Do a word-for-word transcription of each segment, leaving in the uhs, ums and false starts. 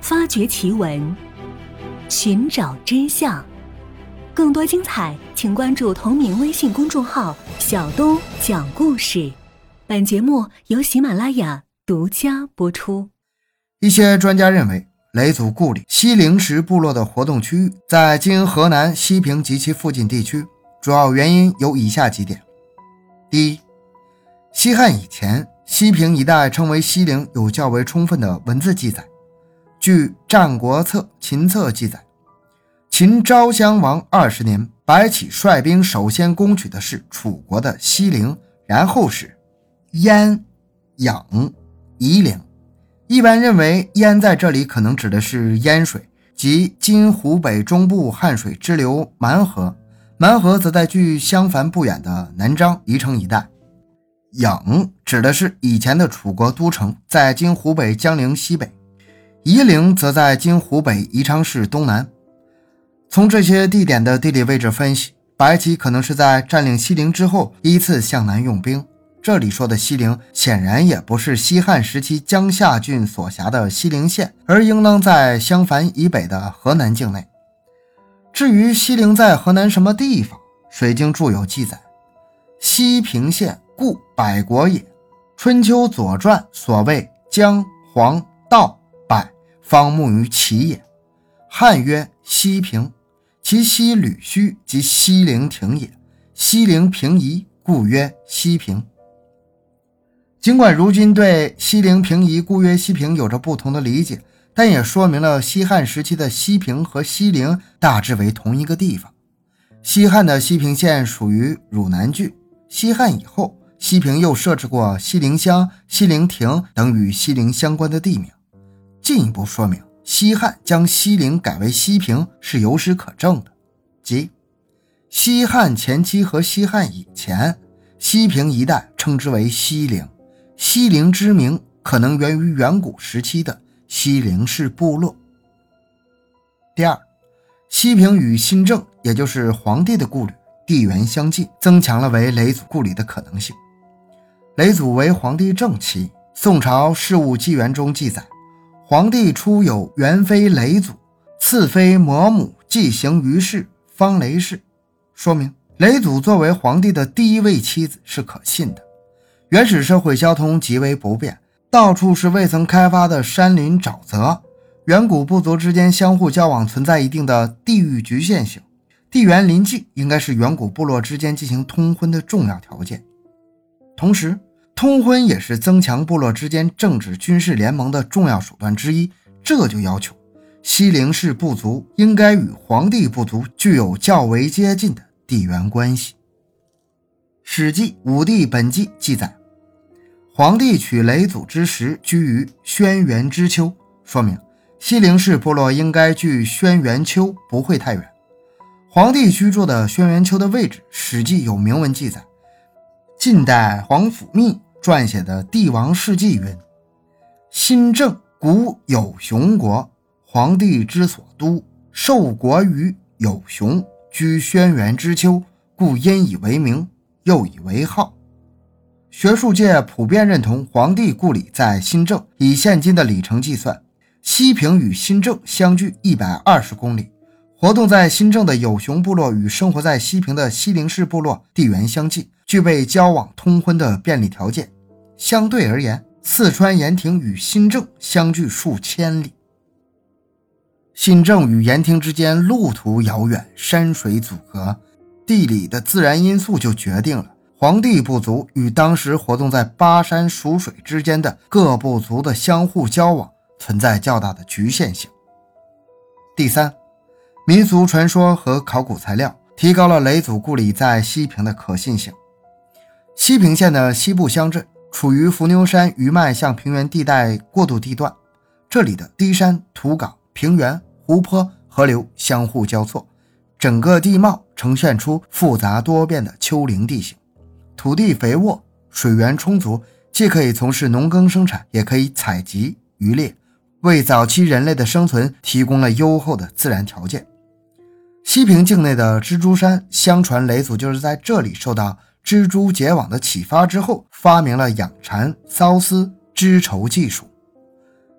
发掘奇闻，寻找真相。更多精彩，请关注同名微信公众号“小东讲故事”。本节目由喜马拉雅独家播出。 一些专家认为，雷祖故里西陵石部落的活动区域在今河南西平及其附近地区，主要原因有以下几点。第一，西汉以前，西平一带称为西陵有较为充分的文字记载。据《战国策·秦策》记载，秦昭襄王二十年，白起率兵首先攻取的是楚国的西陵，然后是鄢、郢、夷陵。一般认为鄢在这里可能指的是鄢水，即今湖北中部汉水支流蛮河，蛮河则在距襄樊不远的南漳宜城一带。郢指的是以前的楚国都城，在今湖北江陵西北。夷陵则在今湖北宜昌市东南。从这些地点的地理位置分析，白起可能是在占领西陵之后依次向南用兵。这里说的西陵显然也不是西汉时期江夏郡所辖的西陵县，而应当在襄樊以北的河南境内。至于西陵在河南什么地方，水经注有记载：西平县故百国也，春秋左传所谓姜、黄、道、柏方木于其也。汉曰西平，其西吕须即西陵亭也，西陵平夷，故曰西平。尽管如今对西陵平夷故曰西平有着不同的理解，但也说明了西汉时期的西平和西陵大致为同一个地方。西汉的西平县属于汝南郡，西汉以后，西平又设置过西陵乡、西陵亭等与西陵相关的地名，进一步说明西汉将西陵改为西平是有史可证的。即西汉前期和西汉以前，西平一带称之为西陵，西陵之名可能源于远古时期的西陵氏部落。第二，西平与新郑，也就是黄帝的故里地缘相近，增强了为雷祖故里的可能性。雷祖为黄帝正妻，宋朝事务纪元中记载，黄帝初有元妃雷祖，次妃魔母既行于世，方雷氏，说明雷祖作为黄帝的第一位妻子是可信的。原始社会交通极为不便，到处是未曾开发的山林沼泽，远古部族之间相互交往存在一定的地域局限性，地缘邻近应该是远古部落之间进行通婚的重要条件。同时，通婚也是增强部落之间政治军事联盟的重要手段之一，这就要求西陵氏部族应该与黄帝部族具有较为接近的地缘关系。史记武帝本纪记载，黄帝取雷祖之时居于轩辕之丘，说明西陵氏部落应该距轩辕丘不会太远。黄帝居住的轩辕丘的位置，史记有明文记载。近代皇甫谧撰写的《帝王世纪》云：新郑古有熊国，黄帝之所都，受国于有熊，居轩辕之丘，故因以为名，又以为号。学术界普遍认同黄帝故里在新郑，以现今的里程计算，西平与新郑相距一百二十公里，活动在新郑的有熊部落与生活在西平的西陵氏部落地缘相近，具备交往通婚的便利条件。相对而言，四川盐亭与新郑相距数千里。新郑与盐亭之间路途遥远，山水阻隔，地理的自然因素就决定了黄帝部族与当时活动在巴山蜀水之间的各部族的相互交往存在较大的局限性。第三，民俗传说和考古材料提高了雷祖故里在西平的可信性。西平县的西部乡镇处于伏牛山余脉向平原地带过渡地段，这里的低山、土岗、平原、湖泊、河流相互交错，整个地貌呈现出复杂多变的丘陵地形，土地肥沃，水源充足，既可以从事农耕生产，也可以采集渔猎，为早期人类的生存提供了优厚的自然条件。西平境内的蜘蛛山，相传雷祖就是在这里受到蜘蛛结网的启发之后，发明了养蚕、缫丝、织绸技术。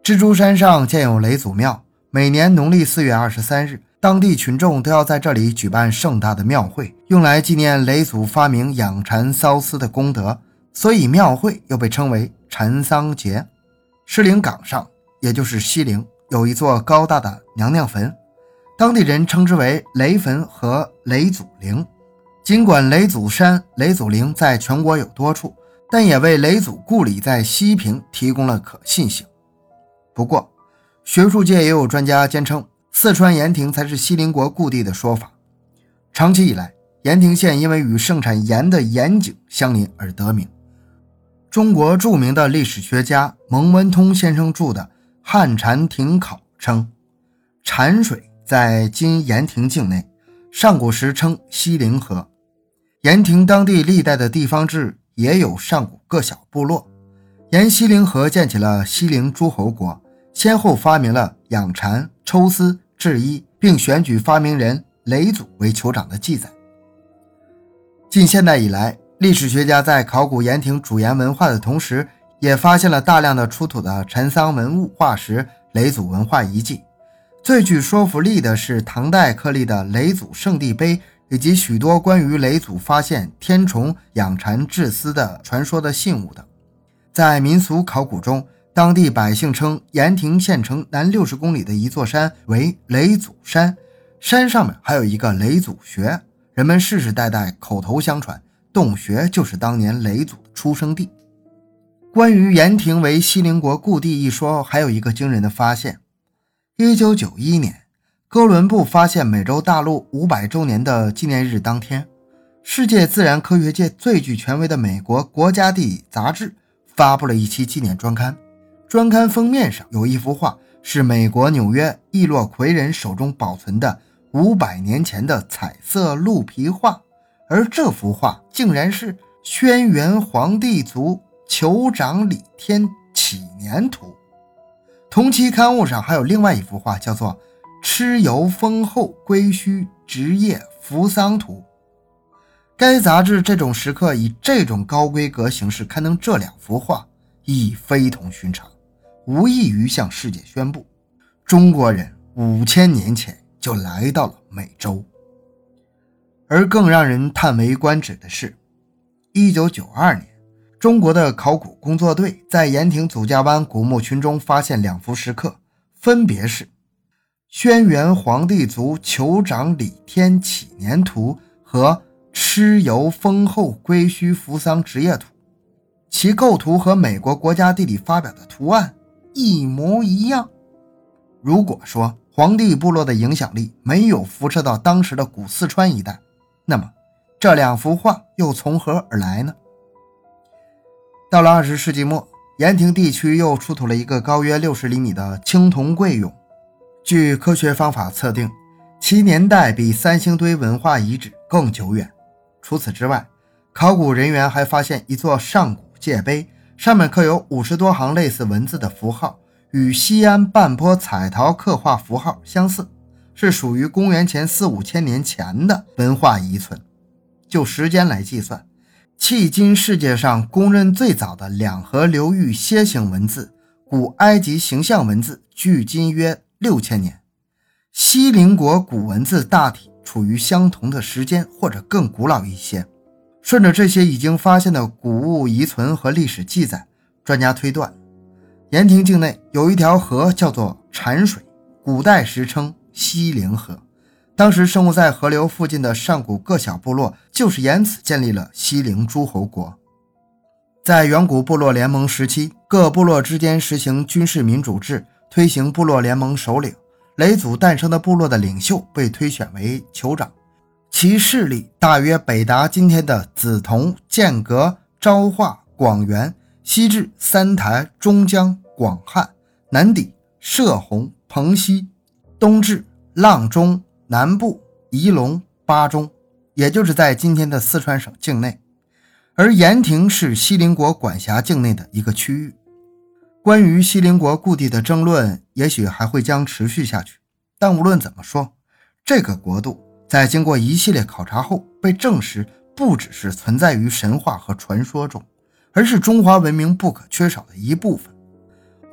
蜘蛛山上建有雷祖庙，每年农历四月二十三日，当地群众都要在这里举办盛大的庙会，用来纪念雷祖发明养蚕缫丝的功德，所以庙会又被称为蚕桑节。狮岭岗上，也就是西陵，有一座高大的娘娘坟，当地人称之为雷坟和雷祖陵。尽管雷祖山、雷祖陵在全国有多处，但也为雷祖故里在西平提供了可信性。不过学术界也有专家坚称四川盐亭才是西陵国故地的说法。长期以来，盐亭县因为与盛产盐的盐井相邻而得名。中国著名的历史学家蒙文通先生著的《汉禅亭考》称，禅水在今盐亭境内，上古时称西陵河。盐亭当地历代的地方志也有上古各小部落，沿西陵河建起了西陵诸侯国，先后发明了养蚕、抽丝、制衣，并选举发明人雷祖为酋长的记载。近现代以来，历史学家在考古盐亭主盐文化的同时，也发现了大量的出土的陈桑文物化石雷祖文化遗迹。最具说服力的是唐代刻立的雷祖圣地碑，以及许多关于雷祖发现天虫、养蚕、制丝的传说的信物等。在民俗考古中，当地百姓称盐亭县城南六十公里的一座山为雷祖山，山上面还有一个雷祖穴，人们世世代代口头相传，洞穴就是当年雷祖的出生地。关于盐亭为西陵国故地一说，还有一个惊人的发现。一九九一年，哥伦布发现美洲大陆五百周年的纪念日当天，世界自然科学界最具权威的美国国家地理杂志发布了一期纪念专刊。专刊封面上有一幅画，是美国纽约易洛魁人手中保存的五百年前的彩色鹿皮画，而这幅画竟然是轩辕黄帝族酋长李天启年图。同期刊物上还有另外一幅画，叫做蚩尤丰后归墟职业扶桑图。该杂志这种时刻以这种高规格形式刊登这两幅画，意义非同寻常，无异于向世界宣布，中国人五千年前就来到了美洲。而更让人叹为观止的是，一九九二年，中国的考古工作队在盐亭祖家湾古墓群中发现两幅石刻，分别是轩辕黄帝族酋长李天启年图和蚩尤丰后归墟扶桑职业图，其构图和美国国家地理发表的图案一模一样。如果说黄帝部落的影响力没有辐射到当时的古四川一带，那么这两幅画又从何而来呢？到了二十世纪末，盐亭地区又出土了一个高约六十厘米的青铜贵俑，据科学方法测定，其年代比三星堆文化遗址更久远。除此之外，考古人员还发现一座上古界碑，上面刻有五十多行类似文字的符号，与西安半坡彩陶刻画符号相似，是属于公元前四五千年前的文化遗存。就时间来计算，迄今世界上公认最早的两河流域楔形文字古埃及形象文字距今约六千年，西陵国古文字大体处于相同的时间或者更古老一些。顺着这些已经发现的古物遗存和历史记载，专家推断盐亭境内有一条河叫做禅水，古代时称西陵河。当时生活在河流附近的上古各小部落就是沿此建立了西陵诸侯国。在远古部落联盟时期，各部落之间实行军事民主制，推行部落联盟首领。雷祖诞生的部落的领袖被推选为酋长，其势力大约北达今天的梓潼、剑阁、昭化、广元，西至三台、中江、广汉，南抵涉洪、蓬西，东至阆中、南部仪陇、巴中，也就是在今天的四川省境内。而盐亭是西陵国管辖境内的一个区域。关于西陵国故地的争论也许还会将持续下去，但无论怎么说，这个国度在经过一系列考察后被证实不只是存在于神话和传说中，而是中华文明不可缺少的一部分。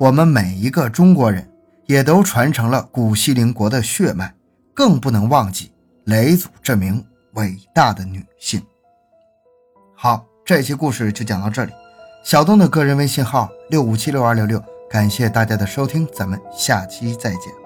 我们每一个中国人也都传承了古西陵国的血脉，更不能忘记嫘祖这名伟大的女性。好，这期故事就讲到这里。小东的个人微信号六五七六二六六，感谢大家的收听，咱们下期再见。